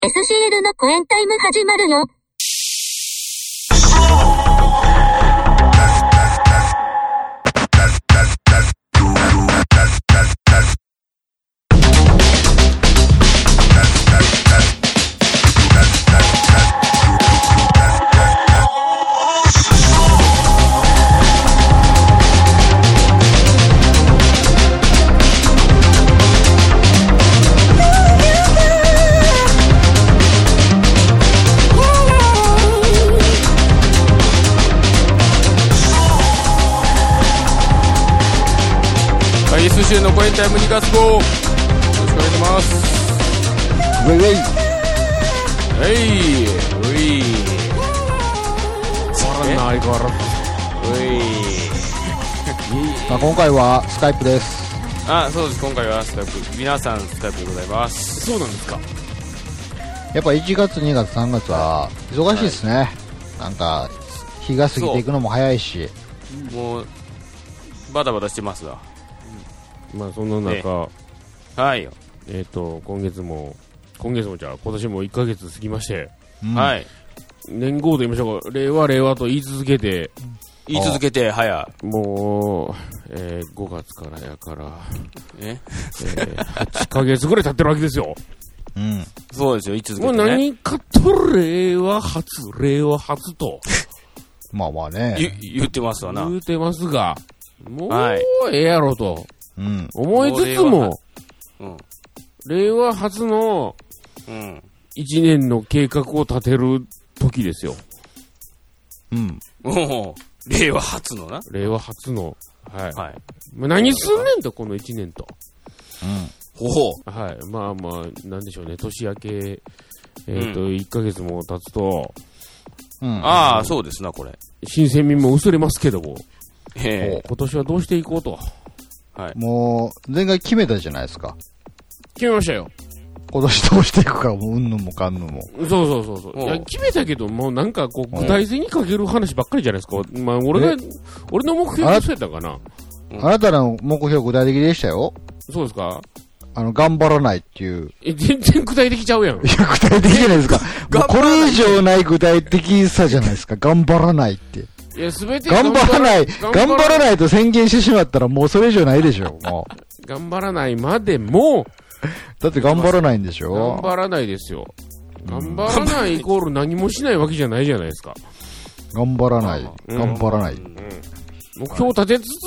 SCL のコエンタイム始まるよ。 SCL のコエンタイム2月号よろしくお願いします。 ウェイウェイウェイ変わらない変わらないまあ、今回はスカイプです。 あ、そうです。今回はスカイプ、皆さんスカイプでございます。そうなんですか。 やっぱ1月2月3月は忙しいですね、はい、なんか日が過ぎていくのも早いし、 もうバタバタしてますわ。 まあその中、 はい。 今年もじゃあ今年も1ヶ月過ぎまして、 はい。 年号と言いましょうか、令和と言い続けて、もう、5月からやから、8ヶ月ぐらい経ってるわけですよ。 うん。 そうですよ、言い続けて、 ね。 もう何かと令和初と。 まあまあね。 言ってますわな。 言ってますが、もうええやろと。 うん、 思いつつも、令和初の1年の計画を立てる時ですよ。 うん。 令和初のな。 令和初の。はい。 はい。 まあ、何すんねんと、この1年と。 うん。 ほう。 はい。まあまあ、なんでしょうね。年明け、1ヶ月も経つと、 ああ、そうですな、これ。 新鮮味も薄れますけども。 今年はどうしていこうと。 はい。 もう、前回決めたじゃないですか。 決めましたよ。 今年どうしていくか、もう、うんぬんもかんぬんも。 そう。いや、決めたけど、もうなんかこう、具体性にかける話ばっかりじゃないですか。まあ、俺の目標はそうやったかな。 あなたの目標具体的でしたよ。 そうですか？ 頑張らないっていう。 全然具体的ちゃうやん。 いや、具体的じゃないですか。もうこれ以上ない具体的さじゃないですか。頑張らないって。 いや、すべて頑張らないと宣言してしまったらもうそれ以上ないでしょ、もう。頑張らないまでも、 だって頑張らないんでしょ？ 頑張らないですよ。頑張らないイコール何もしないわけじゃないじゃないですか。 頑張らない。頑張らない。 目標を立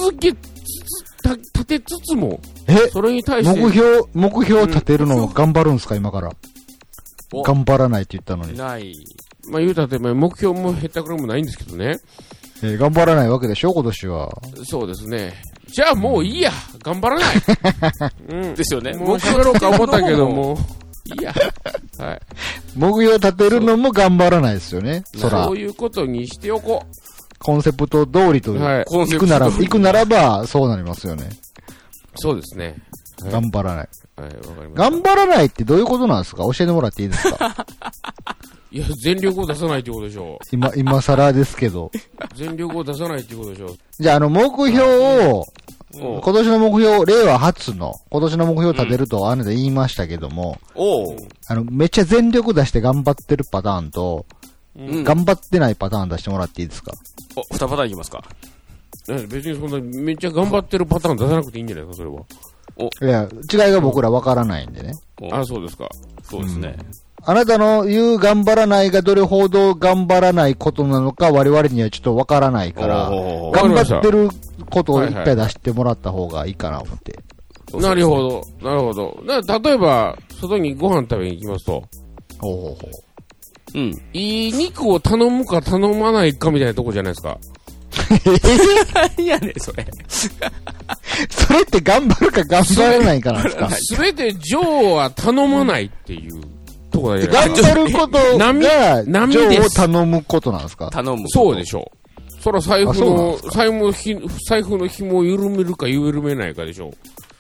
てつつも、それに対して。 目標を立てるのを頑張るんすか、今から。頑張らないって言ったのに。 ない。 まあ言うたって、目標も減ったくらいもないんですけどね。 頑張らないわけでしょ、今年は。 そうですね。じゃあもういいや。頑張らない。 ですよね。 もう喋ろうか思ったけども、いいや。はい。 目標を立てるのも頑張らないですよね。 そういうことにしておこう。 コンセプト通りと行くならば、そうなりますよね。 そうですね。 頑張らない。 はい、わかりました。 頑張らないってどういうことなんですか？教えてもらっていいですか？ いや、全力を出さないってことでしょ。 今更ですけど。 全力を出さないってことでしょ。 じゃあ、目標を、今年の目標、令和初の、今年の目標を立てるとあなた言いましたけども、めっちゃ全力出して頑張ってるパターンと、頑張ってないパターン出してもらっていいですか ？2パターンいきますか？ 別にそんな、めっちゃ頑張ってるパターン出さなくていいんじゃないですか、それは。 いや、違いが僕らわからないんでね。 あ、そうですか。 そうですね。 あなたの言う頑張らないがどれほど頑張らないことなのか我々にはちょっとわからないから、頑張ってることを一回出してもらった方がいいかな思って。 なるほど、なるほど。例えば、外にご飯食べに行きますと。いい肉を頼むか頼まないかみたいなとこじゃないですか。 いやね、それ。 それって頑張るか頑張らないかなんですか？ すべてジョーは頼まないっていうとこだよね。 頑張ることが、ジョーを頼むことなんですか？ 頼む。 そうでしょう。そら財布の紐を緩めるか緩めないかでしょう。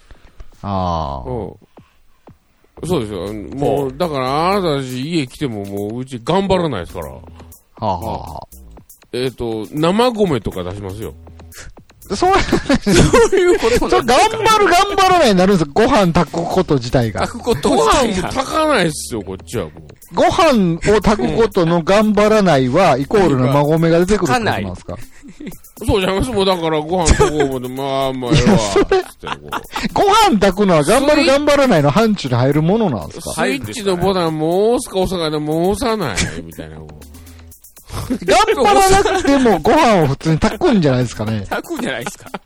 そうですよ。もう、だからあなたたち家来てももううち頑張らないですから。生米とか出しますよ。 そういうことなんですか、 頑張らないになるんですよ。ご飯炊くこと自体が。 炊くことご自体が。 飯も炊かないっすよ、こっちはもう。 ご飯を炊くことの頑張らないは、イコールの馬米が出てくるってことなんですか？ そうじゃないですもうだからご飯炊こうもで、まあまあ、ええわ。つってご飯炊くのは頑張らないの範疇に入るものなんですか？ スイッチのボタンもう押すか押さないでもう押さない、みたいな。 頑張らなくてもご飯を普通に炊くんじゃないですかね。 炊くんじゃないですか。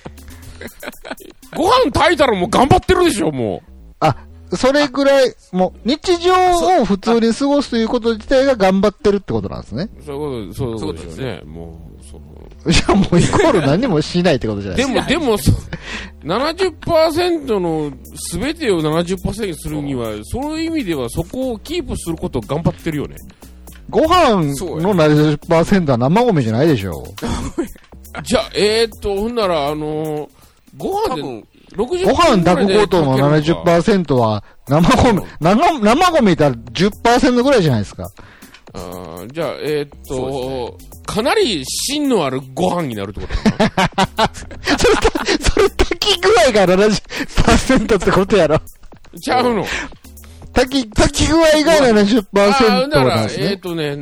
ご飯炊いたらもう頑張ってるでしょ、もう。 それぐらい、もう、日常を普通に過ごすということ自体が頑張ってるってことなんですね。 そういうことですよね。もう、 じゃあもうイコール何もしないってことじゃないですか。 でも、70% の全てを 70% にするには、そういう意味ではそこをキープすることを頑張ってるよね。 ご飯の 70% は生米じゃないでしょ。 じゃあ、ほんなら、ご飯で、 ご飯炊くことの 70% は生米いたら 10% ぐらいじゃないですか。 じゃあ、かなり芯のあるご飯になるってことかな。 それ炊き具合が 70% ってことやろ。 ちゃうの。 炊き具合が 70% なんですね。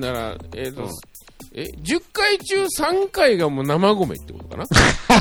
10回中3回がもう生米ってことかな。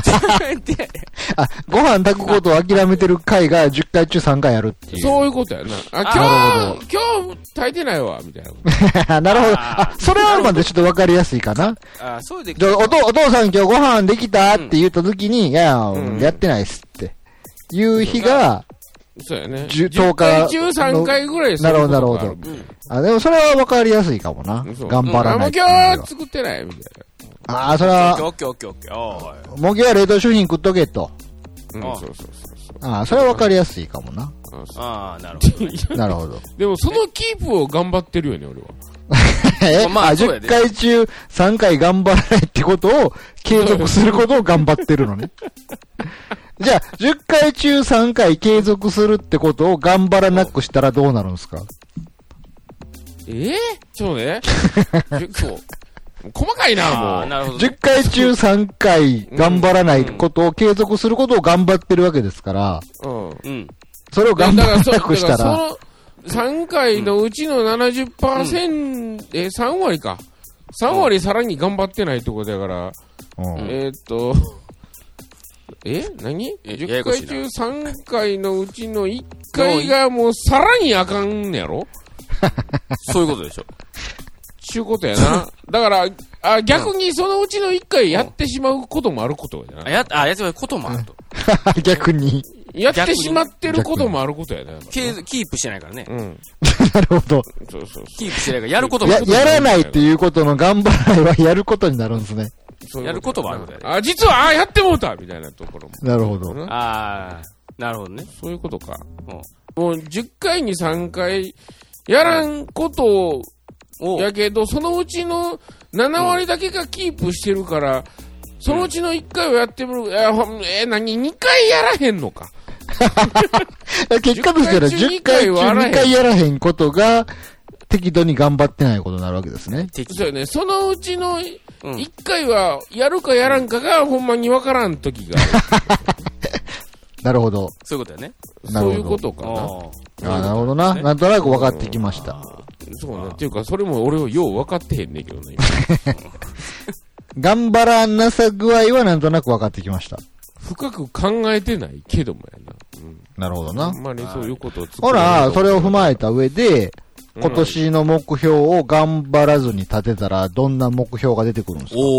ご飯炊くことを諦めてる回が10回中3回やるっていう。 そういうことやな。今日炊いてないわ、みたいな。なるほど。それはまでちょっとわかりやすいかな。 そうでお父さん今日ご飯できたって言った時に、いや、やってないっすって。いう日が、 そうやね。 10回中3回ぐらいなるほど、なるほど。でもそれは分かりやすいかもな。頑張らない。 もう今日は作ってない、みたいな。それは、 オッケー。 もう今日は冷凍食品食っとけと。 そう。 それは分かりやすいかもな。 なるほど。 なるほど。 でもそのキープを頑張ってるよね、俺は。 10回中3回頑張らないってことを継続することを頑張ってるのね。じゃあ、10回中3回継続するってことを頑張らなくしたらどうなるんですか？ そうね。細かいな、もう。 なるほど。 10回中3回頑張らないことを継続することを頑張ってるわけですから、それを頑張らなくしたら。 その3回のうちの 70%、3割か。3割さらに頑張ってないってことだから、何 ?10 回中3回のうちの1回がもうさらにあかんねやろ。 そういうことでしょ。 ちゅうことやな。だから、逆にそのうちの1回やってしまうこともあることやな。 やってしまうこともあると。 逆に。 やってしまってることもあることやな。 キープしてないからね。 なるほど。 そう。 キープしてないからやることもある。 やらないっていうことの頑張らないはやることになるんですね。 やることもあることやね。 実は、やってもうたみたいなところも。 なるほど。 なるほどね。 そういうことか。もう10回に3回やらんことを、やけど、そのうちの7割だけがキープしてるから、そのうちの1回をやってみる、2回やらへんのか。 結果としては10回中2回やらへんことが、適度に頑張ってないことになるわけですね。 そうよね。そのうちの1回は、やるかやらんかが、ほんまにわからん時がある。 なるほど。 そういうことやね。 そういうことかな。 なるほどな。なんとなく分かってきました。 そうね。っていうか、それも俺はよう分かってへんねんけどね。 頑張らなさ具合はなんとなく分かってきました。 深く考えてないけどもやな。なるほどな。 あんまりそういうことを作る。 ほら、それを踏まえた上で、今年の目標を頑張らずに立てたら、どんな目標が出てくるんですか？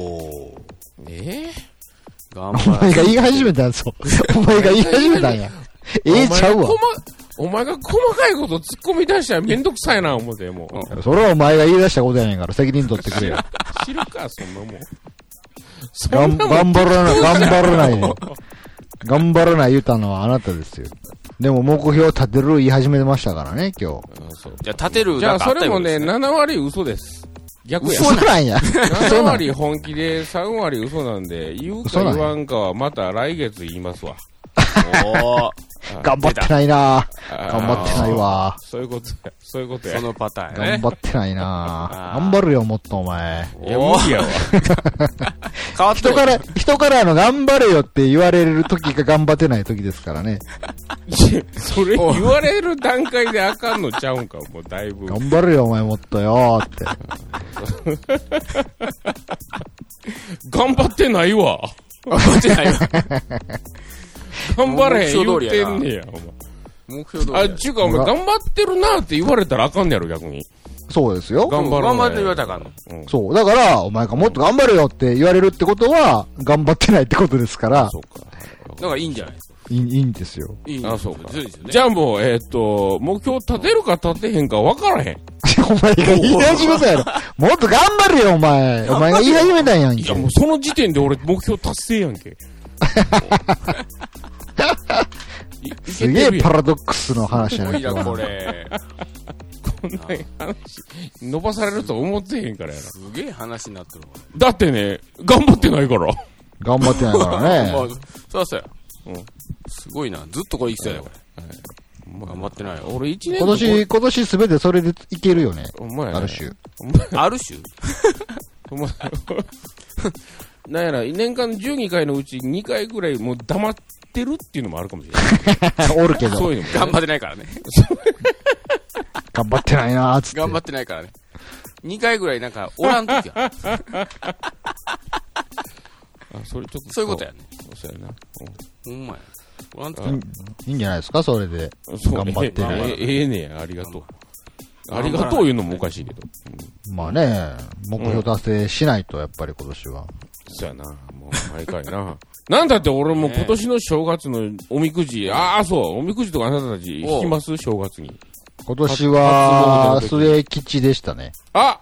お前が言い始めたんぞ。お前が言い始めたんや。ちゃうわ。 お前が細かいこと突っ込み出したらめんどくさいな思ってもう。それはお前が言い出したことやねんから責任取ってくれよ。 知るか、そんなもん。 頑張らない。頑張らない言うたのはあなたですよ。でも目標立てる言い始めてましたからね、今日。 じゃあ立てる。 じゃあそれもね、7割嘘です。逆や。 嘘なんや。 7割本気で3割嘘なんで、言うか言わんかはまた来月言いますわ。 頑張ってないな。頑張ってないわ。 そういうことや。 そのパターンね。 頑張ってないな。頑張るよ、もっとお前。 いや、無理やわ。 変わって人から頑張れよって言われる時が頑張ってない時ですからね。 それ言われる段階であかんのちゃうんか、もうだいぶ。 頑張れよ、お前もっとよーって。 頑張ってないわ。 頑張ってないわ。 頑張れへん言うてんねや、お前。 目標通り。 あ、ちゅうかお前頑張ってるなって言われたらあかんねやろ、逆に。 そうですよ。 頑張って言われたらあかんの。 そう。だから、お前がもっと頑張れよって言われるってことは、頑張ってないってことですから。 そうか。だからいいんじゃないですか。 いいんですよ。 いい。 あ、そうか。じゃあもう、目標立てるか立てへんか分からへん。 お前が言い始めたやろ。もっと頑張れよ、お前。お前が言い始めたんやんけ。 いや、もうその時点で俺目標達成やんけ。 すげえパラドックスの話やね。 すごいな、これ。 こんな話、伸ばされると思ってへんからやな。 すげえ話になってるわ。 だってね、頑張ってないから。 頑張ってないからね。 そうや。すごいな。ずっとこれ生きてたよ、これ。頑張ってないよ。 俺1年今年すべてそれでいけるよね。ある種。 ある種お前、なんやら、年間12回のうち2回ぐらいもう黙ってるっていうのもあるかもしれない。 おるけど。 そういうのも、 頑張ってないからね。 頑張ってないなーつって。 頑張ってないからね。2回ぐらいなんか、おらんときは。 それちょっと。 そういうことやね。 そうやな。 ほんまや。おらんときいいんじゃないですか、それで。頑張ってる。 ええねや、ありがとう。ありがとう言うのもおかしいけど。 まあね、目標達成しないと、やっぱり今年は。 そうやな。もう、毎回な。なんだって俺も今年の正月のおみくじ、そう、おみくじとかあなたたち引きます正月に。 今年は、末吉でしたね。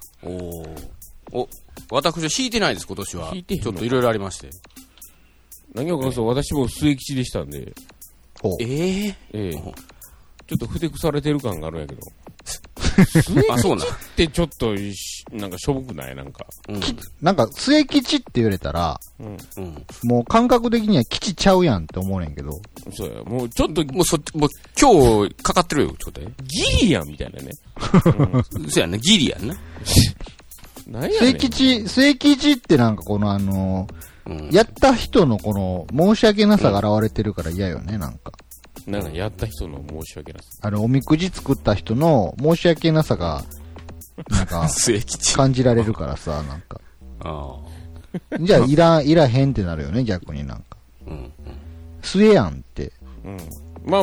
私は引いてないです、今年は。 引いてへんのちょっといろいろありまして。 何をかそう、私も末吉でしたんで。ちょっとふてくされてる感があるんやけど。末吉ってちょっと、なんかしょぼくないなんか。 なんか、末吉って言われたら、もう感覚的には吉ちゃうやんって思うねんけど。 そうや、もうちょっと、 もう今日かかってるよ、ちょっと。 ギリやんみたいなね。 そうやね、ギリやんな。 何やねん。 末吉ってなんかこのやった人のこの申し訳なさが現れてるから嫌よね、なんか。 なんかやった人の申し訳なさ。 おみくじ作った人の申し訳なさが、なんか、感じられるからさ、なんか。じゃあ、いらへんってなるよね、逆になんか。末やんって。 まあ、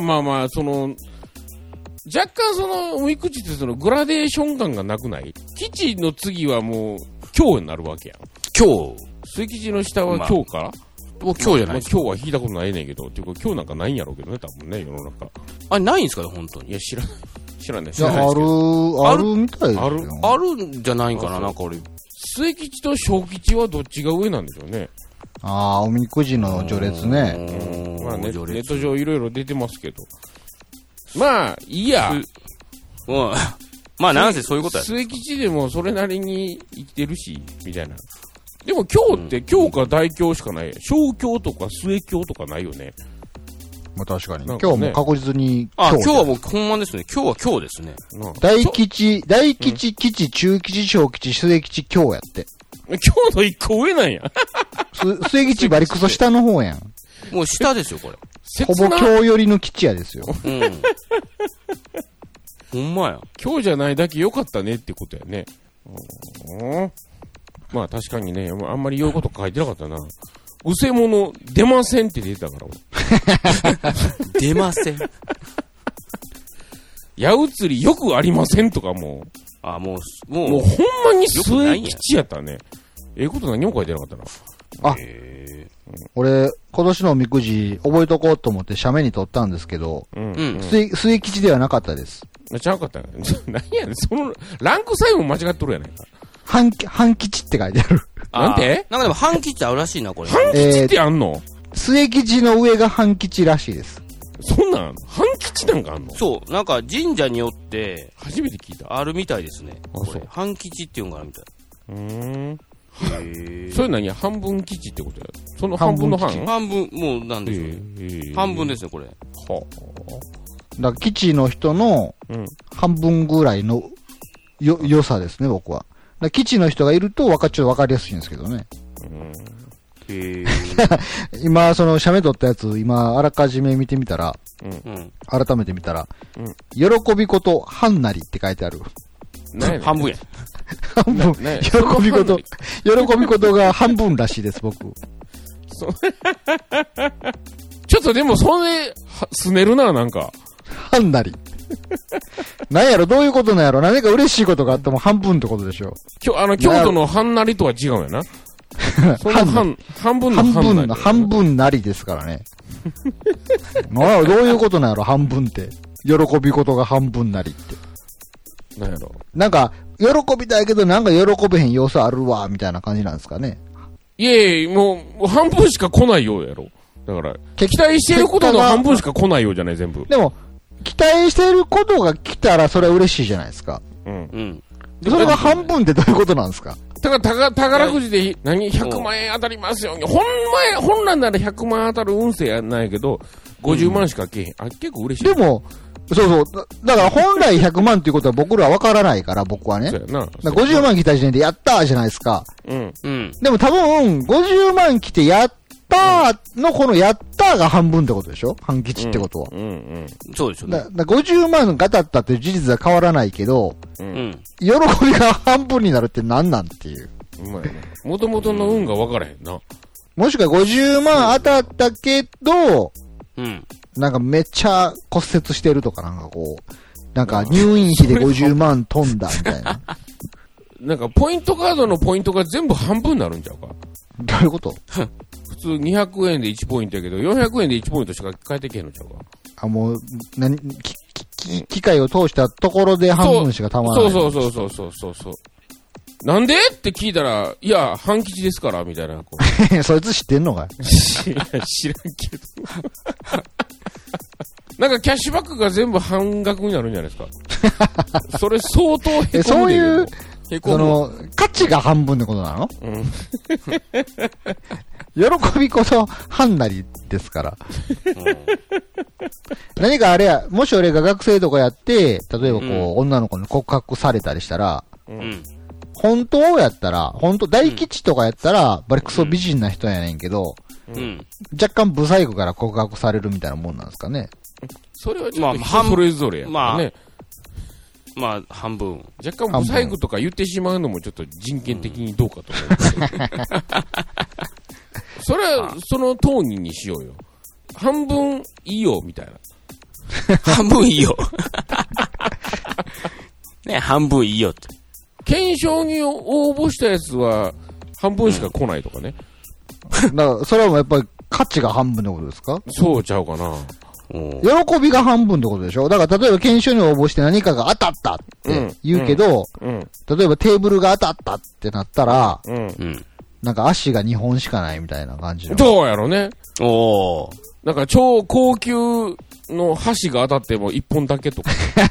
若干おみくじってグラデーション感がなくない？吉の次はもう、今日になるわけやん。 今日末吉の下は今日か？ もう今日じゃない。 今日は引いたことないねんけど、っていうか今日なんかないんやろうけどね、多分ね、世の中。 あれないんですかね、本当に。 いや、知らない。 いや、あるみたいですよ。 あるんじゃないかな、なんか俺。 末吉と小吉はどっちが上なんでしょうね。 おみくじの序列ね。 まあネット上いろいろ出てますけど。まあ、いいや。 まあ、なんせそういうことや。 末吉でもそれなりに生きてるし、みたいな。でも今日って今日か大凶しかない。小凶とか末凶とかないよね。 まあ確かに。今日はもう確実に今日はもうほんまですね。今日は今日ですね。 大吉、吉、中吉、小吉、末吉、今日やって。 今日の一個上なんや。 末吉バリクソ下の方やん。 もう下ですよ、これ。 ほぼ今日よりの吉やですよ。 ほんまや。 今日じゃないだけ良かったねってことやね。まあ確かにね、あんまり言うこと書いてなかったな。うせもの出ませんって出たから。 出ません。 矢移りよくありませんとかもう。もうほんまに末吉やったね。こと何も書いてなかったな。 俺、今年のおみくじ覚えとこうと思って写メに撮ったんですけど、末吉ではなかったです。 ちゃうかった何やねん、その、ランクさえも間違っとるやないか。 半吉って書いてある。 なんて？ なんかでも半吉あるらしいな、これ。 半吉ってあんの？ 末吉の上が半吉らしいです。 そんなん半吉なんかあんの？ そう、なんか神社によって、 初めて聞いた。 あるみたいですね。 そう。 半吉っていうのがあるみたい。 それ何？半分吉ってことや。その半分の半？ 半分、もうなんでしょう。半分ですね、これ。 だから吉の人の半分ぐらいの良さですね、僕は。基地の人がいるとちょっと分かりやすいんですけどね。 今、その、写メ撮ったやつ、今、あらかじめ見てみたら、改めて見たら、喜びこと半なりって書いてある。 半分や。 半分。喜びことが半分らしいです、僕。 ちょっとでも、それ、すねるな、なんか。 半なり。なんやろ、どういうことなんやろ、何か嬉しいことがあっても半分ってことでしょ。 京都の半なりとは違うんやな。その半分の半分なりですからね。なんやろ、どういうことなんやろ、半分って。喜びことが半分なりって。 なんやろ。 なんか、喜びたいけど、なんか喜べへん要素あるわ、みたいな感じなんですかね。 いえいえ、もう、半分しか来ないようやろ。だから、期待してることの半分しか来ないようじゃない、全部。 でも、期待してることが来たら、それは嬉しいじゃないですか。それが半分ってどういうことなんですか？ だから宝くじで100万円当たりますよ。本来なら100万当たる運勢やないけど、50万しかけへん。結構嬉しい。 でも、そう。だから本来100万っていうことは僕らは分からないから、僕はね。そうやな。50万来た時点でやったーじゃないですか。でも多分、50万来てやったーのこのやったーが半分ってことでしょ？半吉ってことは。 そうでしょうね。 50万が当たったっていう事実は変わらないけど、喜びが半分になるって何なんっていう。 もともとの運が分からへんな。 もしくは50万当たったけど、なんかめっちゃ骨折してるとかなんかこう、なんか入院費で50万飛んだみたいな。 なんかポイントカードのポイントが全部半分になるんちゃうか。 どういうこと？ 普通200円で1ポイントやけど、400円で1ポイントしか変えてけへんのちゃうか。 あ、もう、機械を通したところで半分しかたまらない。 そう。なんでって聞いたら、いや、半吉ですから、みたいな。 そいつ知ってんのか知らんけど。なんかキャッシュバックが全部半額になるんじゃないですか。それ相当へこむで。 そういう、その、価値が半分ってことなの？喜びこそ半なりですから。何かあれや、もし俺が学生とかやって、例えばこう、女の子に告白されたりしたら、本当やったら、大吉とかやったら、バリクソ美人な人やねんけど、若干ブサイクから告白されるみたいなもんなんですかね。 それはちょっと人それぞれやからね。 まあ、半分。 若干ブサイクとか言ってしまうのもちょっと人権的にどうかと思う。それは、その当人にしようよ。半分いいよ、みたいな。 半分いいよ。ね、半分いいよって。 検証に応募したやつは、半分しか来ないとかね。 だから、それはもうやっぱり価値が半分ってことですか？ そうちゃうかな。 喜びが半分ってことでしょ？だから例えば検証に応募して何かが当たったって言うけど、例えばテーブルが当たったってなったら、なんか足が2本しかないみたいな感じの。 どうやろね。なんか超高級の箸が当たっても1本だけとか。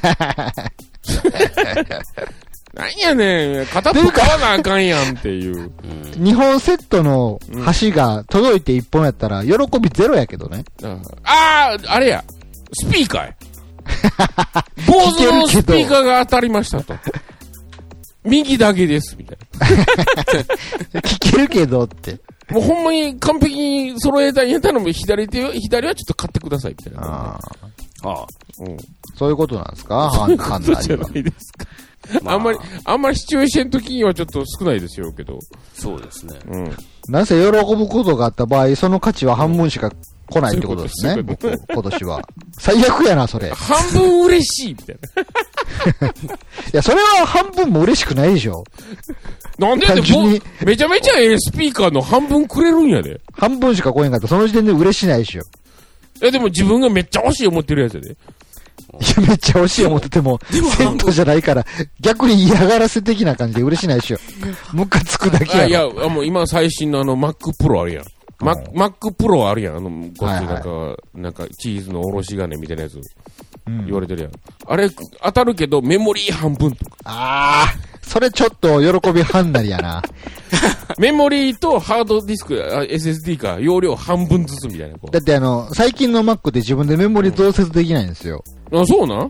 なんやねん、片っぽ買わなあかんやんっていう。 2本セットの箸が届いて1本やったら、喜びゼロやけどね。 あれや。スピーカーや。坊主のスピーカーが当たりましたと。右だけです、みたいな。聞けるけどって。 もうほんまに完璧に揃えたんやったらもう左はちょっと買ってください、みたいな。 そういうことなんですか？判断じゃないですか。あんまりシチュエーションの時にはちょっと少ないですよけど。 そうですね。 なぜ喜ぶことがあった場合、その価値は半分しか来ないってことですね。僕、今年は。最悪やな、それ。 半分嬉しいみたいな。 いや、それは半分も嬉しくないでしょ。 なんでめちゃめちゃスピーカーの半分くれるんやで。 半分しか来へんかったら、その時点で嬉しないでしょ。 でも自分がめっちゃ欲しい思ってるやつやで。 いや、めっちゃ欲しい思ってても、セットじゃないから、逆に嫌がらせ的な感じで嬉しないでしょ。ムカつくだけやろ。 いや、もう今最新のMac Pro あるやん。Mac Pro あるやん。こっちなんか、チーズのおろし金みたいなやつ。言われてるやん。あれ、当たるけど、メモリー半分とか。 それちょっと喜び半なりやな。 メモリーとハードディスク、SSD か、容量半分ずつみたいな。 だって最近の Mac で自分でメモリ増設できないんですよ。 そうなん？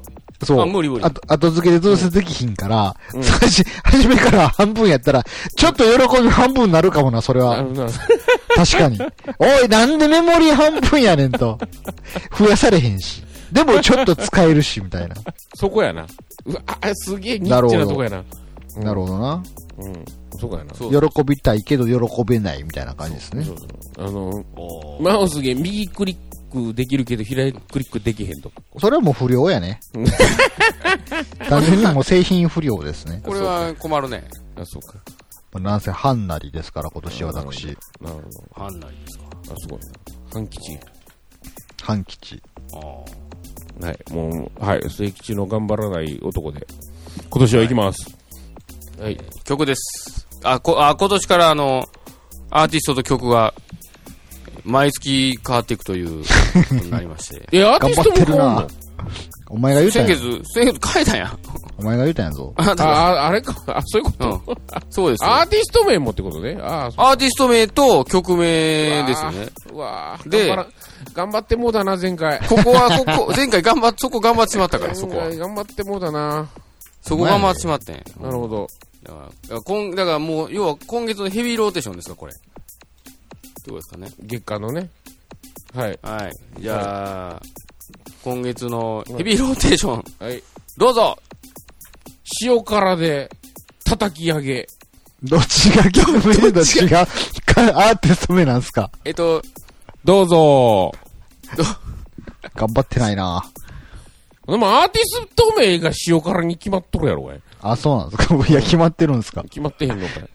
そう。 あ、無理無理。 後付けでどうせできひんから、初めから半分やったら、ちょっと喜び半分になるかもな、それは。確かに。おい、なんでメモリー半分やねんと。増やされへんし。でもちょっと使えるし、みたいな。 そこやな。うわ、すげえニッチなとこやな。 なるほどな。 うん。そこやな。 喜びたいけど喜べないみたいな感じですね。 マウスで右クリックできるけど左クリックできへんとか。 それはもう不良やね。単純にもう製品不良ですね。 これは困るね。 あ、そうか。 なんせ半なりですから、今年私。 なるほど。 半なりですか。 あ、すごいな。半吉。 半吉。 はい、もう、はい、末吉の頑張らない男で、今年は行きます。はい。 曲です。今年からアーティストと曲が、毎月変わっていくということになりまして。 アーティストも変わんの？ お前が言うたんや。 先月変えたんや。 お前が言うたんやぞ。 あれか。そういうこと、 そうです。 アーティスト名もってことね。 アーティスト名と曲名ですよね。 うわぁ。 で、 頑張ってもうだな、前回。 前回そこ頑張ってしまったから、そこは。 頑張ってもうだな。 そこ頑張ってしまってん。 なるほど。 だからもう、要は今月のヘビーローテーションですか、これ。どうですかね。 月間のね。はい。 はい。じゃあ、今月のヘビーローテーション。 はい。 どうぞ。 塩辛で叩き上げ。 どっちが曲名どっちがアーティスト名なんすか？ どうぞ。 頑張ってないな。 でもアーティスト名が塩辛に決まっとるやろ、おい。 あ、そうなんですか？いや、決まってるんですか？ 決まってへんのかい。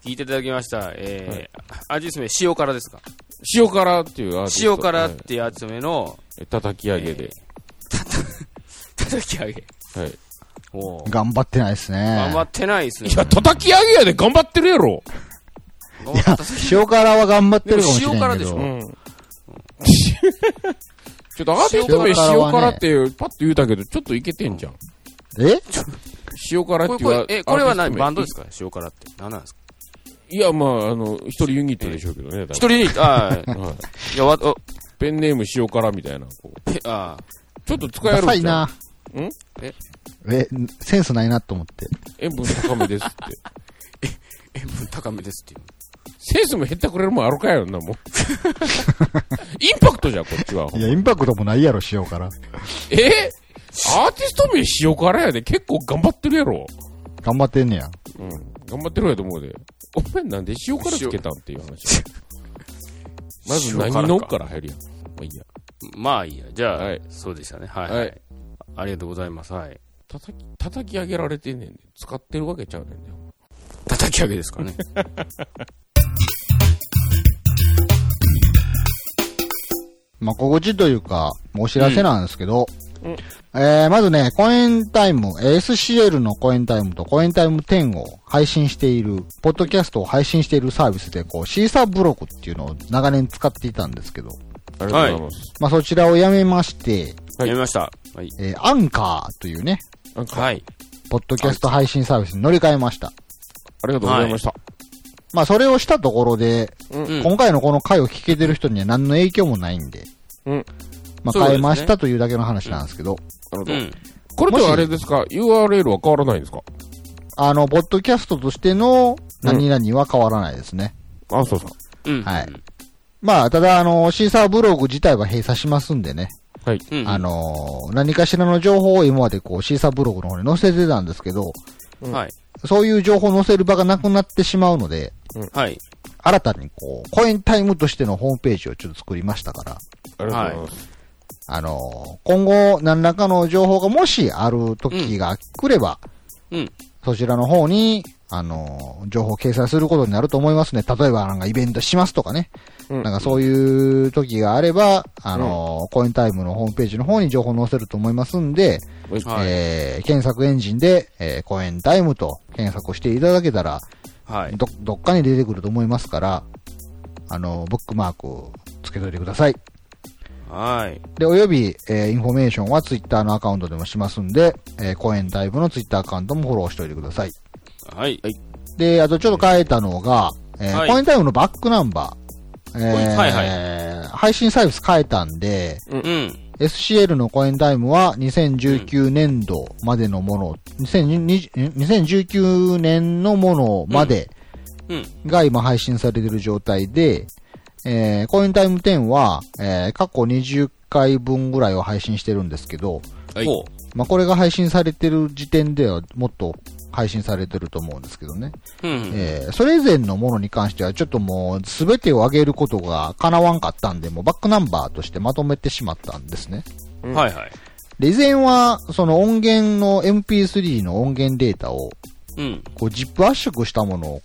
聞いていただきました。アーティスト名、塩辛ですか？ 塩辛っていうアーティスト。 塩辛っていうアーティスト名の、 叩き上げで。 叩き上げ。 はい。 頑張ってないですね。 頑張ってないですね。 いや、叩き上げやで頑張ってるやろ。 いや、塩辛は頑張ってるかもしれないけど。 塩辛でしょ。 ちょっとアーティスト名塩辛ってパッと言うたけど、ちょっといけてんじゃん。塩辛っていう。 これは何バンドですか？塩辛って。何なんですか？ いや、まあ、一人ユニットでしょうけどね。 一人ユニット、いや、 ペンネーム塩辛みたいな。ちょっと使えるじゃん。 ダサいな。 ん？ センスないなと思って。 塩分高めですって。 塩分高めですっていう。 センスも減ったくれるもんあるかよな、もう。インパクトじゃん、こっちは。 いや、インパクトもないやろ、塩辛。 アーティスト名塩辛やで結構頑張ってるやろ。 頑張ってんねや。 頑張ってるやと思うで。お前なんで塩辛つけたんっていう話。まず何のから入るやん。まあいいや。 まあいいや。じゃあ、そうでしたね。はい。ありがとうございます。はい。 叩き上げられてんねんで。使ってるわけちゃうねんだよ。 叩き上げですかね。 まあ、告知というか、お知らせなんですけど、まずね、コエンタイム、SCL のコエンタイムとコエンタイム10を配信している、ポッドキャストを配信しているサービスで、シーサーブログっていうのを長年使っていたんですけど、 ありがとうございます。 まあ、そちらをやめまして、 やめました。はい。 アンカーというね、 はい。 ポッドキャスト配信サービスに乗り換えました。 ありがとうございました。 まあ、それをしたところで、今回のこの回を聞けてる人には何の影響もないんで、まあ、変えましたというだけの話なんですけど。 なるほど。これとあれですか ?URL は変わらないんですか？ ポッドキャストとしての何々は変わらないですね。 あ、そうそう。 はい。まあ、ただ、シーサーブログ自体は閉鎖しますんでね。 はい。 何かしらの情報を今までシーサーブログの方に載せてたんですけど、 はい。 そういう情報を載せる場がなくなってしまうので、 はい。 新たにコエンタイムとしてのホームページをちょっと作りましたから、 ありがとうございます。 今後何らかの情報がもしある時が来れば、そちらの方に、情報を掲載することになると思いますね。例えばなんかイベントしますとかね。なんかそういう時があれば、コエンタイムのホームページの方に情報を載せると思いますんで、検索エンジンで、コエンタイムと検索をしていただけたら、どっかに出てくると思いますから、ブックマークつけといてください。 はい。 で、および、インフォメーションはツイッターのアカウントでもしますんで、コエンタイムのツイッターアカウントもフォローしておいてください。 はい。 で、あとちょっと変えたのが、コエンタイムのバックナンバー、配信サービス変えたんで、SCL のコエンタイムは2019年度までのもの、2019年のものまでが今配信されている状態で、コエンタイム10は、過去20回分ぐらいを配信してるんですけど、まあ、これが配信されてる時点ではもっと配信されてると思うんですけどね。それ以前のものに関してはちょっともう全てを上げることが叶わんかったんで、もうバックナンバーとしてまとめてしまったんですね。 はいはい。 で、以前はその音源の MP3 の音源データを、ZIP 圧縮したものを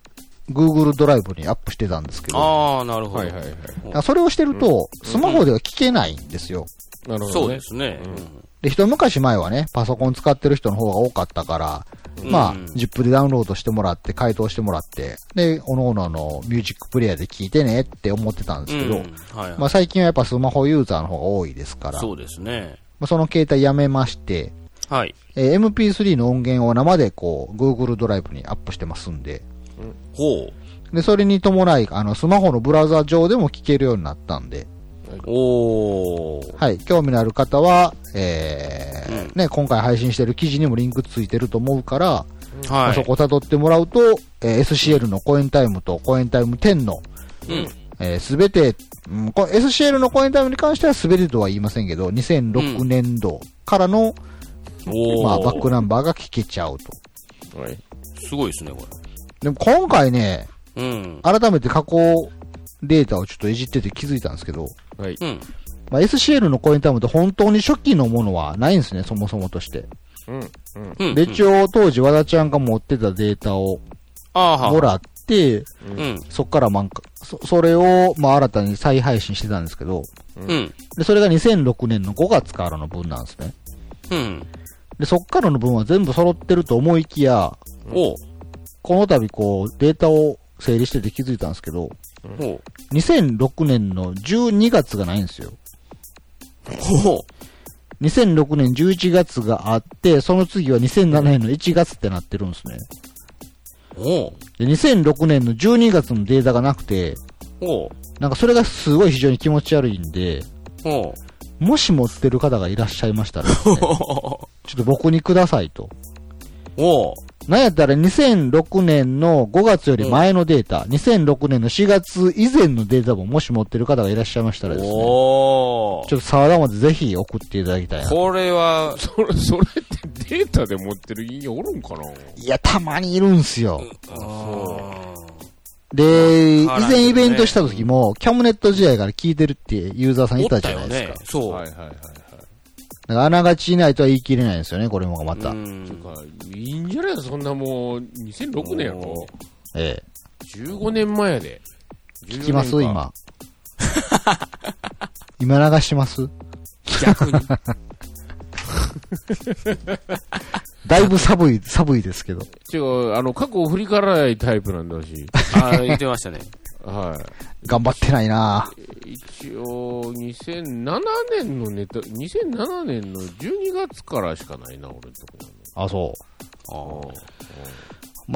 Google ドライブにアップしてたんですけど。 ああ、なるほど。 それをしてると、スマホでは聞けないんですよ。 なるほど。そうですね。 で、一昔前はね、パソコン使ってる人の方が多かったから、まあ、ZIP でダウンロードしてもらって、回答してもらって、で、各々のミュージックプレイヤーで聞いてねって思ってたんですけど、まあ最近はやっぱスマホユーザーの方が多いですから、 そうですね。 その携帯やめまして、MP3 の音源を生でGoogle ドライブにアップしてますんで、で、それに伴い、スマホのブラウザ上でも聞けるようになったんで、はい、興味のある方は、ね、今回配信してる記事にもリンクついてると思うから、まあ、そこを辿ってもらうと、SCL のコエンタイムとコエンタイム10の、すべて、SCL のコエンタイムに関してはすべてとは言いませんけど、2006年度からの、まあ、バックナンバーが聞けちゃうと。 すごいですね、これ。 でも今回ね、改めて過去データをちょっといじってて気づいたんですけど、まあ、SCL のコエンタイムって本当に初期のものはないんですね、そもそもとして。で、一応当時和田ちゃんが持ってたデータをもらって、そっからそれを、新たに再配信してたんですけど、で、それが2006年の5月からの分なんですね。で、そっからの分は全部揃ってると思いきや、この度データを整理してて気づいたんですけど、2006年の12月がないんですよ。2006年11月があって、その次は2007年の1月ってなってるんですね。で、2006年の12月のデータがなくて、なんかそれがすごい非常に気持ち悪いんで、もし持ってる方がいらっしゃいましたらですね、ちょっと僕にくださいと。なんやったら2006年の5月より前のデータ、2006年の4月以前のデータももし持ってる方がいらっしゃいましたらですね、ちょっと沢田までぜひ送っていただきたいな。 これは、 それってデータで持ってる人間おるんかな？ いや、たまにいるんすよ。で、以前イベントした時も、キャムネット時代から聞いてるってユーザーさんいたじゃないですか。 そう。 はいはいはい。 だからあながちいないとは言い切れないですよね、これもまた。 てか、いいんじゃないのそんなもう、2006年やろ。15年前やで。 聞きます今。今流します逆に。 だいぶ寒いですけど。 違う、過去を振り返らないタイプなんだし。 言ってましたね。 はい。 頑張ってないな一応、2007年のネタ、2007年の12月からしかないな、俺のところ。 あ、そう。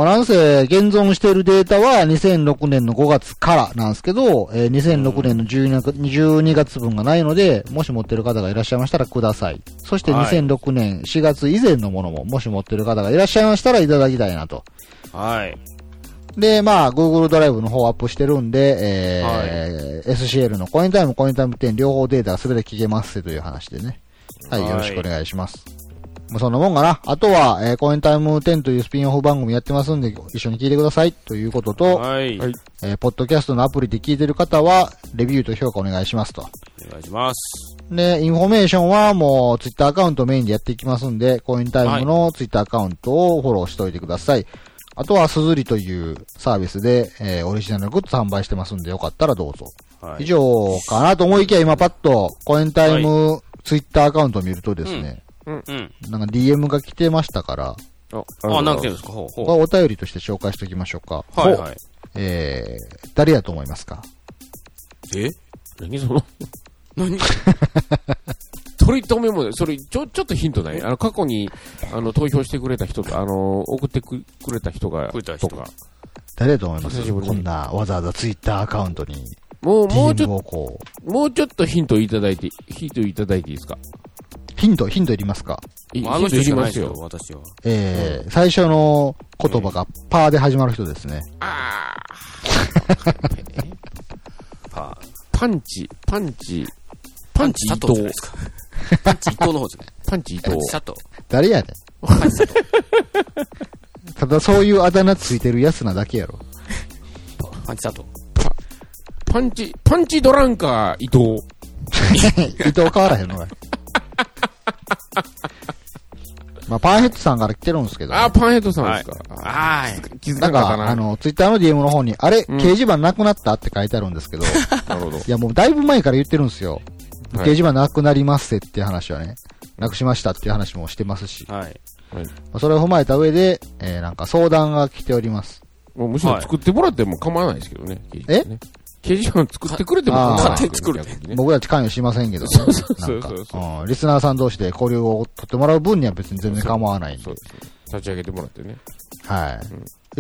なんせ、現存しているデータは2006年の5月からなんですけど、2006年の12月分がないので、もし持ってる方がいらっしゃいましたらください。そして2006年4月以前のものも、もし持ってる方がいらっしゃいましたらいただきたいなと。 はい。 で、Google ドライブの方アップしてるんで、SCL のコインタイム10両方データが全て聞けますという話でね。はい、よろしくお願いします。そんなもんかな。あとは、コインタイム10というスピンオフ番組やってますんで、一緒に聞いてくださいということと、ポッドキャストのアプリで聞いてる方は、レビューと評価お願いしますと。 お願いします。 で、インフォメーションはもう、ツイッターアカウントメインでやっていきますんで、コインタイムのツイッターアカウントをフォローしておいてください。あとは、すずりというサービスで、オリジナルグッズ販売してますんで、よかったらどうぞ。以上かなと思いきや、今パッと、コインタイムツイッターアカウントを見るとですね、なんか DM が来てましたから、 なんか来てるんですか？ お便りとして紹介しておきましょうか。 はいはい。 誰やと思いますか？ 何その取り留めもね、それ、ちょっとヒントない？過去に、投票してくれた人と、送ってくれた人が、とか。 誰やと思いますこんな、わざわざツイッターアカウントに。 もうちょっとヒントいただいていいですか？ ヒントいりますか？ ヒントいりますよ、私は。 最初の言葉がパーで始まる人ですね。 パンチ伊藤。 パンチ伊藤の方ですね。 パンチ伊藤。 誰やねん。 パンチ佐藤。 ただそういうあだ名ついてるやつなだけやろ。 パンチ佐藤。 パンチドランカー伊藤。 伊藤変わらへんのかい。パンヘッドさんから来てるんですけど、ね。 パンヘッドさんですか。 気づかなかったな。ツイッターの DM の方に、掲示板なくなったって書いてあるんですけど。 なるほど。いや、もうだいぶ前から言ってるんですよ。掲示板なくなりますっていう話はね、なくしましたっていう話もしてますし。それを踏まえた上で、なんか相談が来ております。 もうむしろ作ってもらっても構わないですけどね。掲示板作ってくれても構わない。 勝手に作る。 僕たち関与しませんけどね。そう。リスナーさん同士で交流を取ってもらう分には別に全然構わないんで。そうですね。 立ち上げてもらってね。 はい。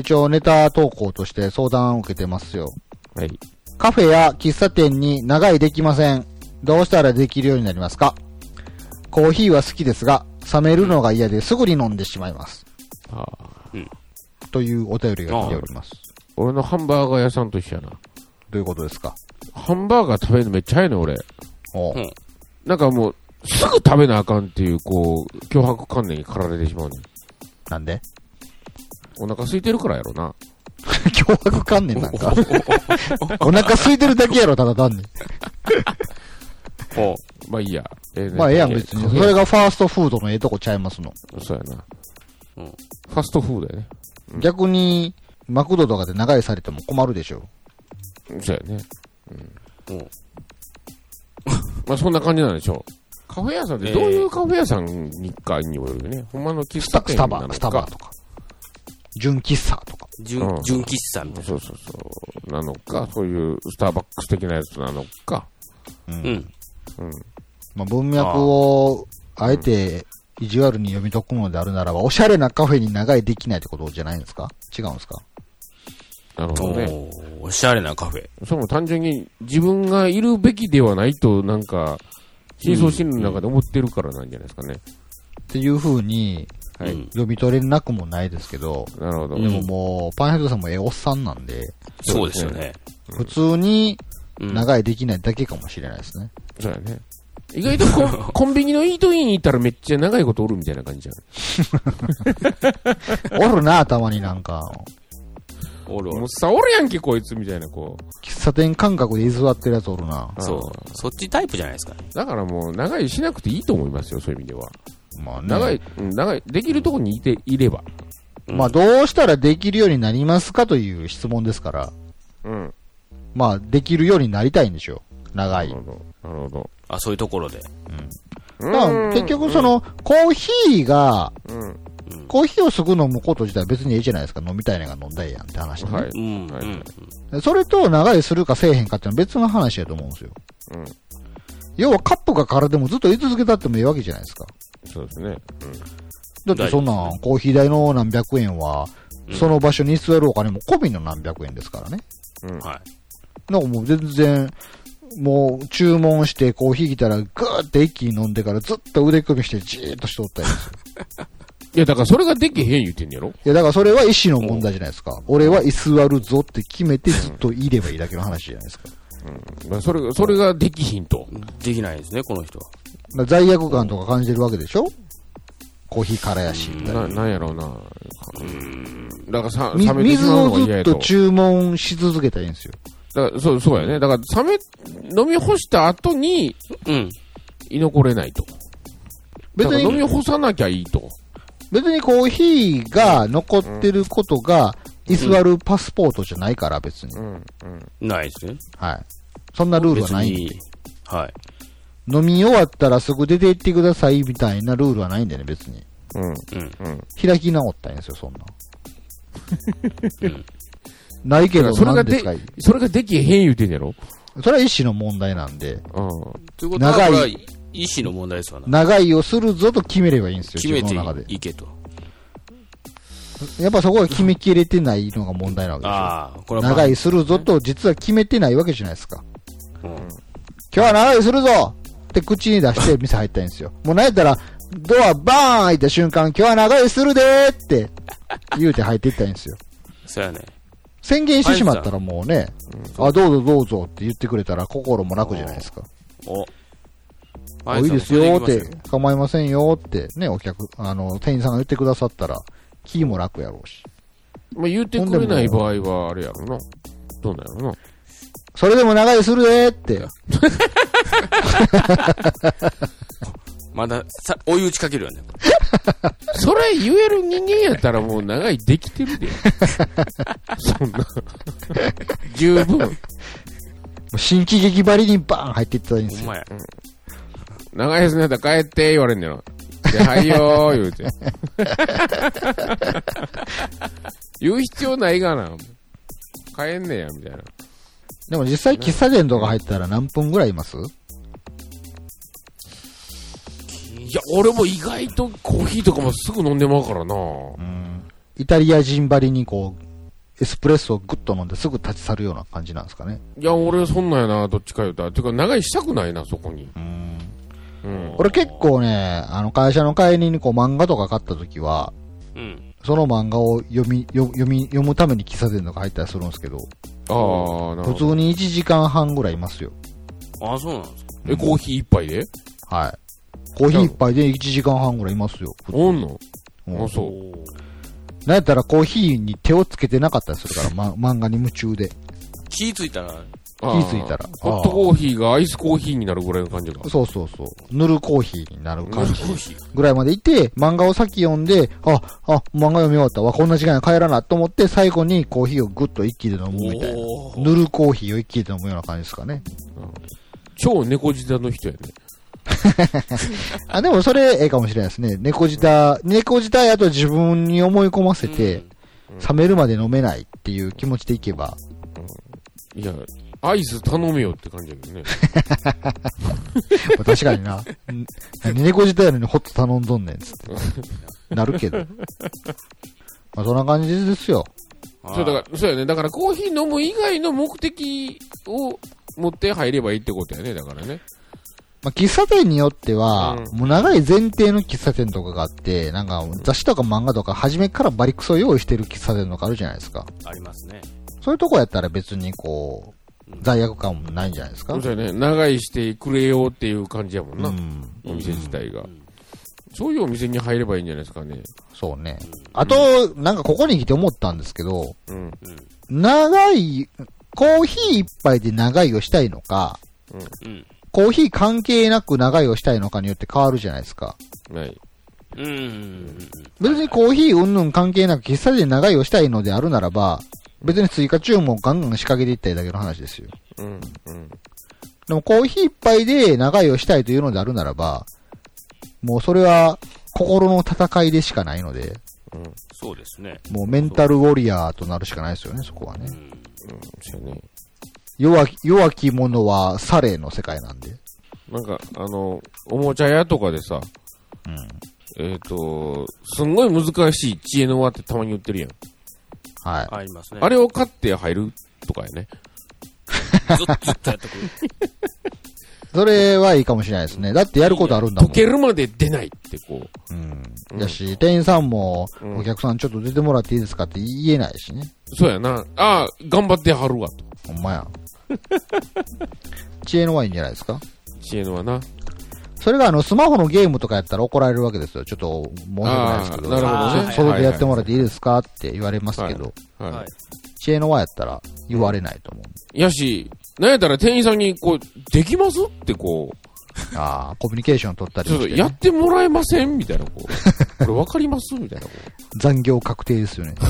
一応ネタ投稿として相談を受けてますよ。 はい。 カフェや喫茶店に長居できません。どうしたらできるようになりますか？コーヒーは好きですが、冷めるのが嫌ですぐに飲んでしまいます。というお便りが来ております。 俺のハンバーガー屋さんと一緒やな。 どういうことですか？ ハンバーガー食べるのめっちゃ早いの俺。なんかもう、すぐ食べなあかんっていう、脅迫観念に駆られてしまうね。 なんで？ お腹空いてるからやろな。 脅迫観念なんかお腹空いてるだけやろ、ただ単に。 まあいいや。 まあええやん、別に。それがファーストフードのええとこちゃいますの。 そうやな。ファストフードやね。 逆に、 マクドとかで長居されても困るでしょ。 そうやね。まあそんな感じなんでしょう。カフェ屋さんってどういうカフェ屋さんにかによるよね。ほんまの喫茶店なのか。 スタバとか。純喫茶とか。 純喫茶みたいな。 そう。なのか、そういうスターバックス的なやつなのか。 まあ文脈を、あえて、意地悪に読み解くのであるならば、おしゃれなカフェに長居できないってことじゃないんですか？違うんですか？ なるほどね。 おしゃれなカフェ。 それも単純に自分がいるべきではないと、なんか、深層心理の中で思ってるからなんじゃないですかね。 っていう風に、読み取れなくもないですけど、 なるほど。 でももう、パンヘッドさんもおっさんなんで、 そうですよね。 普通に長居できないだけかもしれないですね。 そうやね。意外とコンビニのイートインに行ったらめっちゃ長いことおるみたいな感じじゃん。おるな、たまになんか。 おる。もうさ、おるやんけ、こいつみたいな、こう。 喫茶店感覚で居座ってるやつおるな。 そう。そっちタイプじゃないですかね。 だからもう、長居しなくていいと思いますよ、そういう意味では。 まあね。 長い、できるとこにいれば。 まあ、どうしたらできるようになりますかという質問ですから。まあ、できるようになりたいんでしょう。長い。 なるほど。 あ、そういうところで。 まあ、結局コーヒーが、コーヒーをすぐ飲むこと自体は別にいいじゃないですか。飲みたいのが飲んだいやんって話で、ね。それと長居するかせえへんかっていうのは別の話やと思うんですよ。要はカップが空でもずっと居続けたってもいいわけじゃないですか。 そうですね。 だってそんなコーヒー代の何百円は、その場所に座るお金も込みの何百円ですからね。なんかもう全然、もう注文してコーヒー来たらグーって一気に飲んでからずっと腕組みしてじーっとしとったりですよ。 いやだからそれができへん言ってんやろ？ いやだからそれは意思の問題じゃないですか。俺は居座るぞって決めてずっといればいいだけの話じゃないですか。 それができひんと。 できないですね、この人は。 罪悪感とか感じてるわけでしょ？コーヒーからやし。 なんやろうな。だから水をずっと注文し続けたらいいんですよ。 だからそうやね。だから飲み干した後に、居残れないと。別に飲み干さなきゃいいと。 別にコーヒーが残ってることが、居座るパスポートじゃないから、別に。 ないですね。 はい。そんなルールはないんで。 はい。 飲み終わったらすぐ出て行ってくださいみたいなルールはないんでね、別に。開き直ったんですよ、そんな。ないけど、 それができへん言うてんやろ？ それは意思の問題なんで。 ということは、これは意思の問題ですわな。 長居をするぞと決めればいいんですよ、 決めて自分の中で。 いけと。 やっぱそこは決めきれてないのが問題なわけですよ。 ああ、これは長居するぞと実は決めてないわけじゃないですか。今日は長居するぞって口に出して店入ったんですよ。もうなんやったら、ドアバーン開いた瞬間、今日は長居するでーって言うて入っていったんですよ。 そうやね。 宣言してしまったらもうね、あ、どうぞどうぞって言ってくれたら心も楽じゃないですか。いいですよって、構いませんよって、ね、店員さんが言ってくださったら、気も楽やろうし。 まあ、言ってくれない場合は、あれやろな。どうなんやろな。 それでも長居するでーって。 まだ、追い打ちかけるよね。 それ言える人間やったらもう長居できてるで。そんな。十分。 新喜劇張りにバーン入っていったらいいんですよ。 ほんまや。長いですね、だ帰って言われんねよ。で、はいよー、言うて。言う必要ないがな。帰んねや、みたいな。 でも実際喫茶店とか入ったら何分ぐらいいます？ いや、俺も意外とコーヒーとかもすぐ飲んでまうからな。 イタリア人張りにこう、エスプレッソをグッと飲んですぐ立ち去るような感じなんですかね。 いや、俺そんなんやな、どっちか言うたら。てか、長居したくないな、そこに。 俺結構ね、会社の帰りにこう漫画とか買った時は、その漫画を読むために喫茶店とか入ったりするんですけど、 なるほど。 普通に1時間半ぐらいいますよ。 ああ、そうなんですか。 コーヒー一杯で？ はい。コーヒー一杯で1時間半ぐらいいますよ。 おんの？あ、そう。 なんやったらコーヒーに手をつけてなかったりするから、漫画に夢中で。 気ぃついたら、 気づいたら。 ホットコーヒーがアイスコーヒーになるぐらいの感じか。 そう。ぬるコーヒーになる感じぐらいまでいて、漫画を先読んで、漫画読み終わったわ、こんな時間に帰らなと思って、最後にコーヒーをぐっと一気で飲むみたいな。ぬるコーヒーを一気で飲むような感じですかね。 超猫舌の人やね。 でもそれ、かもしれないですね。猫舌やと自分に思い込ませて、冷めるまで飲めないっていう気持ちでいけば。 いや、アイス頼めよって感じだけどね。 確かにな。何猫舌やのにホット頼んどんねんつって。なるけど。まあそんな感じですよ。 そうやね。だからコーヒー飲む以外の目的を持って入ればいいってことやね。だからね。 まあ、喫茶店によっては、もう長い前提の喫茶店とかがあって、なんか雑誌とか漫画とか初めからバリクソ用意してる喫茶店とかあるじゃないですか。 ありますね。 そういうとこやったら別にこう、罪悪感もないんじゃないですか。 そうやね。長居してくれよっていう感じやもんな。お店自体が。そういうお店に入ればいいんじゃないですかね。 そうね。あと、なんかここに来て思ったんですけど、長い、コーヒー一杯で長居をしたいのか、コーヒー関係なく長居をしたいのかによって変わるじゃないですか。 はい。 別にコーヒーうんぬん関係なく喫茶店で長居をしたいのであるならば、別に追加注文をガンガン仕掛けていったりだけの話ですよ。でもコーヒー一杯で長居をしたいというのであるならば、もうそれは心の戦いでしかないので、 そうですね。 もうメンタルウォリアーとなるしかないですよね、そこはね。 そうね。 弱き者はサレの世界なんで。 なんか、おもちゃ屋とかでさ、すんごい難しい知恵の輪ってたまに売ってるやん。 はい。 ありますね。 あれを買って入るとかやね。 ずっとやっとく。 それはいいかもしれないですね。だってやることあるんだもん。 溶けるまで出ないってこう。だし、店員さんも、お客さんちょっと出てもらっていいですかって言えないしね。 そうやな。頑張ってはるわと。 ほんまや。知恵の輪いいんじゃないですか？ 知恵の輪な。 それがスマホのゲームとかやったら怒られるわけですよ。ちょっと申し訳ないですけど。 なるほどね。 それでやってもらっていいですかって言われますけど。知恵の輪やったら言われないと思う。 やし、なんやったら店員さんにできますってコミュニケーション取ったりして、 ね。やってもらえませんみたいなこれわかりますみたいな残業確定ですよね。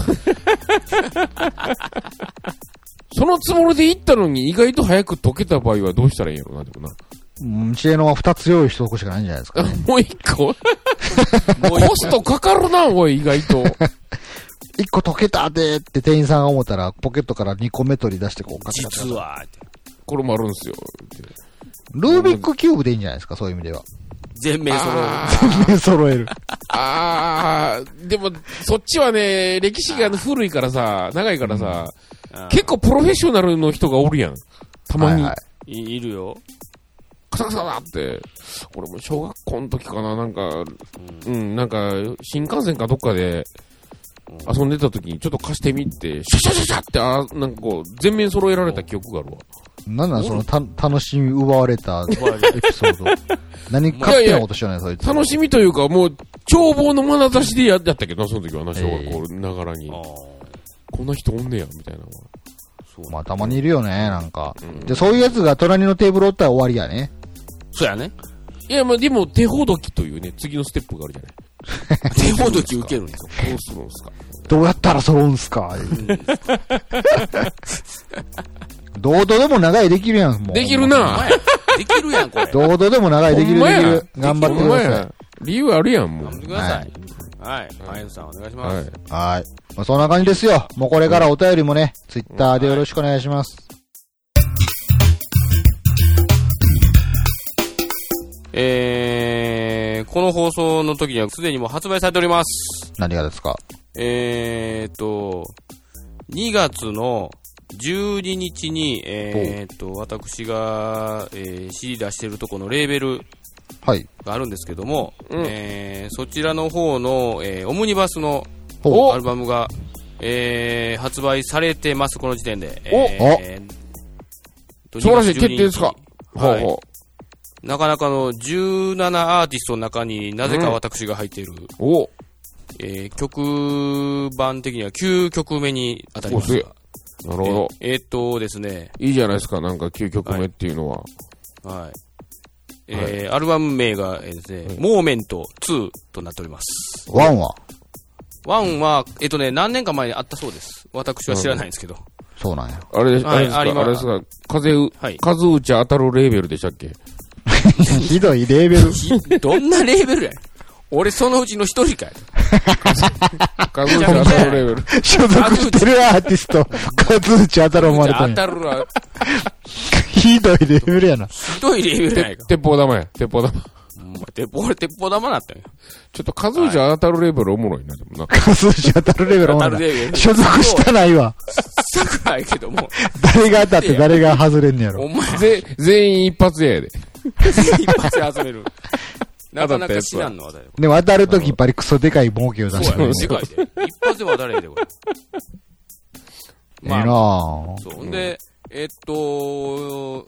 そのつもりで行ったのに意外と早く解けた場合はどうしたらいいんやろな、でもな。 知恵の輪2つ用意しておくしかないんじゃないですか、ね。 もう1個コストかかるな、おい、意外と。 1個解けたでって店員さんが思ったら、ポケットから2個目取り出してこうカチカチ。 実は、 これもあるんすよ。 ルービックキューブでいいんじゃないですか、そういう意味では。 全面揃える。 全面揃える。 でも、そっちはね、歴史が古いからさ、長いからさ、結構プロフェッショナルの人がおるやん。たまに。 いるよ。 カサカサだって。俺も小学校の時かな、なんか、なんか、新幹線かどっかで遊んでた時にちょっと貸してみて、シャシャシャシャって、なんかこう、全面揃えられた記憶があるわ。 なんなんその楽しみ奪われたエピソード。何勝手なことしようね、そいつ。 楽しみというか、もう、眺望の眼差しでやったけどな、その時はな、小学校ながらに。こんな人おんねや、みたいな。 まあ、たまにいるよね、なんか。で、そういうやつが隣のテーブルおったら終わりやね。 そうやね。 いや、まあ、でも、手ほどきというね、次のステップがあるじゃない。 手ほどき受けるんですよ。 どうするんですか？ どうやったら揃うんすかどうとでも長いできるやん、もう。 できるな。 できるやん、これ。 どうとでも長いできるできる。頑張ってください。 理由あるやん、もう。 頑張ってください。はい。パンエンさんお願いします。 はい。まあ、そんな感じですよ。もうこれからお便りもね、ツイッターでよろしくお願いします。 この放送の時にはすでにもう発売されております。 何がですか 2月の12日に、私が、CD 出してるとこのレーベルがあるんですけども、そちらの方の、オムニバスのアルバムが、発売されてます、この時点で。 素晴らしい、決定ですか。 はい。なかなかの17アーティストの中になぜか私が入っている。曲版的には9曲目に当たりました。 なるほど。ですね。 いいじゃないですか、なんか9曲目っていうのは。 はい。アルバム名がですね、モーメント2となっております。 1は 1は、何年か前にあったそうです。私は知らないんですけど。 そうなんや。 あれですか、あれですか、数打ち当たるレーベルでしたっけ？ ひどいレーベル。 どんなレーベルや？俺そのうちの一人かい。 数打ち当たるレーベル。 所属してるアーティスト、数打ち当たる思われたんや。 当たるわ。 ひどいレーベルやな。 ひどいレーベルやないか。 鉄砲玉や、鉄砲玉。 俺鉄砲玉なったんや。 ちょっと数打ち当たるレーベルおもろいな、でもな。 数打ち当たるレーベルおもろい。所属したないわ。 したくないけども。 誰が当たって誰が外れんねやろ。 お前。 全員一発やで。 一発で集める。なかなか知らんのはだよ。 でも当たるときバリクソでかい儲けを出してる。 そうや、でかいで。一発では当たれで、これ。 まあ、 そう。で、そう。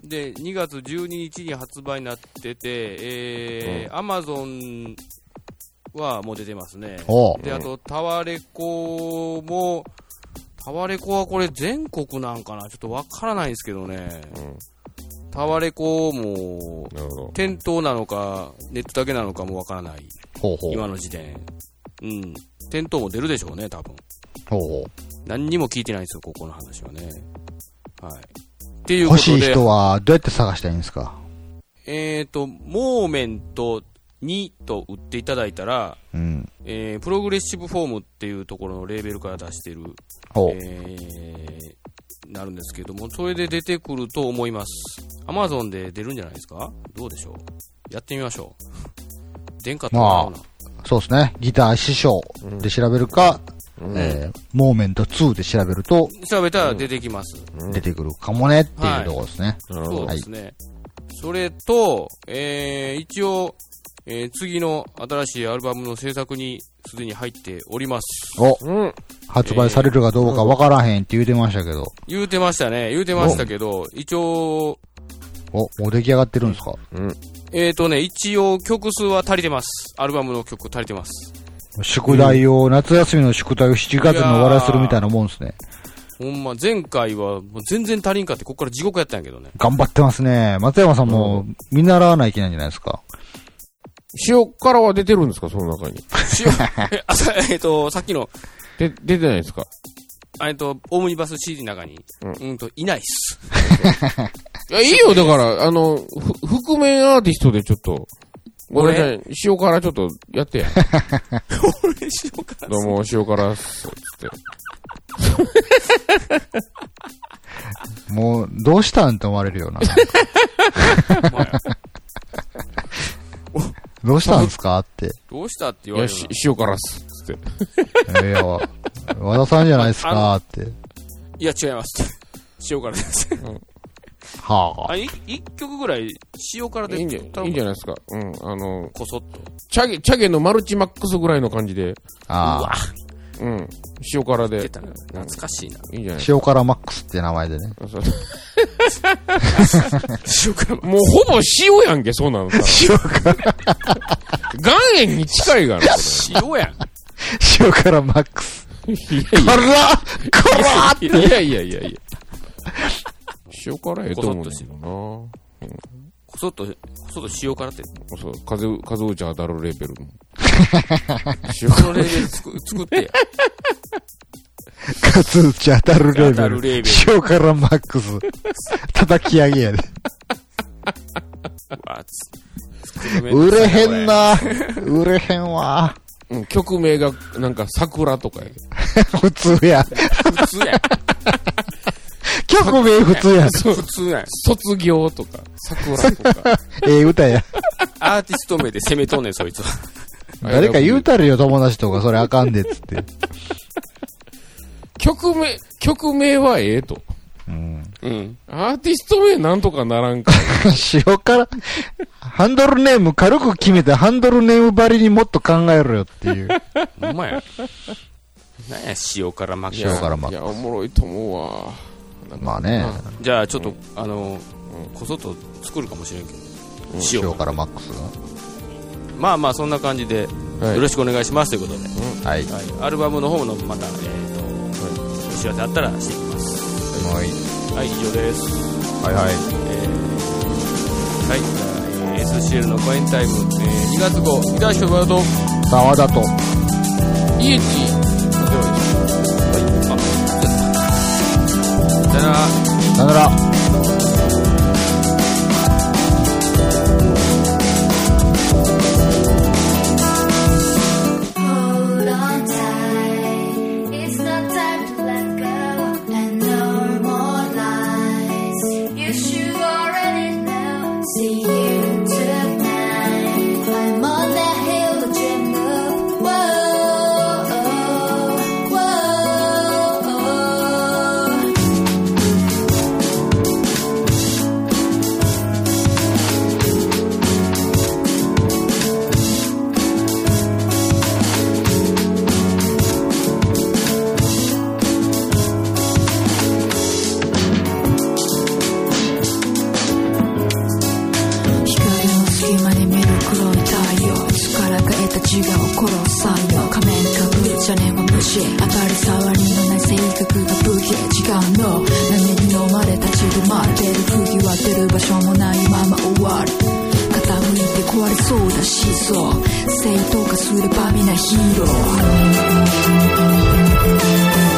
で、2月12日に発売になってて、Amazon はもう出てますね。で、あと、タワレコはこれ全国なんかなちょっとわからないんですけどね。タワレコも、店頭なのか、ネットだけなのかもわからない。今の時点。店頭も出るでしょうね、多分。何にも聞いてないんですよ、ここの話はね。はい。っていうことで。欲しい人はどうやって探したらいいんですか？ モーメント2と打っていただいたら、プログレッシブフォームっていうところのレーベルから出してる、なるんですけども、それで出てくると思います。Amazon で出るんじゃないですか？どうでしょう？やってみましょう。出んかったらな。 そうですね。ギター師匠で調べるか、モーメント2で調べると。 調べたら出てきます。 出てくるかもねっていうところですね。 そうですね。それと、一応、次の新しいアルバムの制作にすでに入っております。 発売されるかどうかわからへんって言うてましたけど。 言うてましたね。言うてましたけど、一応。 もう出来上がってるんですか？ 一応曲数は足りてます。アルバムの曲足りてます。 宿題を、夏休みの宿題を7月に終わらせるみたいなもんですね。 ほんま、前回はもう全然足りんかって、ここから地獄やったんやけどね。 頑張ってますね。松山さんも見習わないといけないんじゃないですか。 塩辛は出てるんですか、その中に。 さっきの。 出てないですか？ オムニバス CD の中に、いないっす。 いや、いいよ、だから、覆面アーティストでちょっと、ごめんなさい、塩辛ちょっとやってや。 俺塩辛どうも、塩辛っす、つって。 もう、どうしたんって思われるよな。どうしたんですかって。 どうしたって言われる。 いや、塩辛っす、つって。 いや、和田さんじゃないですかって。 いや、違います。塩辛です。 はあ。 一曲ぐらい塩辛でいいんじゃないですか。 こそっと。 チャゲのマルチマックスぐらいの感じで。 ああ。 塩辛で。懐かしいな。 いいんじゃない塩辛マックスって名前でね。 塩辛もうほぼ塩やんけ、そうなの。 塩辛。 岩塩に近いから。 塩やん。 塩辛マックス。こらって。 いや。塩辛ええと思うんだけどな。 こそっと塩辛って。 そう、数打ち当たるレベルの。 塩辛レベル作ってや。 数打ち当たるレベル。塩辛マックス。叩き上げやで。売れへんな。売れへんわ。 曲名がなんか桜とかやけ普通や。 普通や。 曲名普通や。 普通や。 卒業とか、桜とか。 歌や。 アーティスト名で攻めとんねん、そいつは。 誰か言うたるよ、友達とか、それあかんで、つって。 曲名はええと。アーティスト名なんとかならんか。 塩辛、ハンドルネーム軽く決めて、ハンドルネームばりにもっと考えろよっていう。 ほんまや。なんや、塩辛マックス。 塩辛マックス。 いや、おもろいと思うわ。 まあね。 じゃあ、ちょっと、こそっと作るかもしれんけど。 塩辛マックスが。 まあまあ、そんな感じで、よろしくお願いしますということで。 はい。 アルバムの方のまた、詳知らせあったらしていきます。 はい、 はい、以上です。 はいはい。 はい、SCL のコエンタイム、2月号、井田翔太と沢田とイエティのようです。 さよなら。 さよなら。 正当化すればみんなヒーロー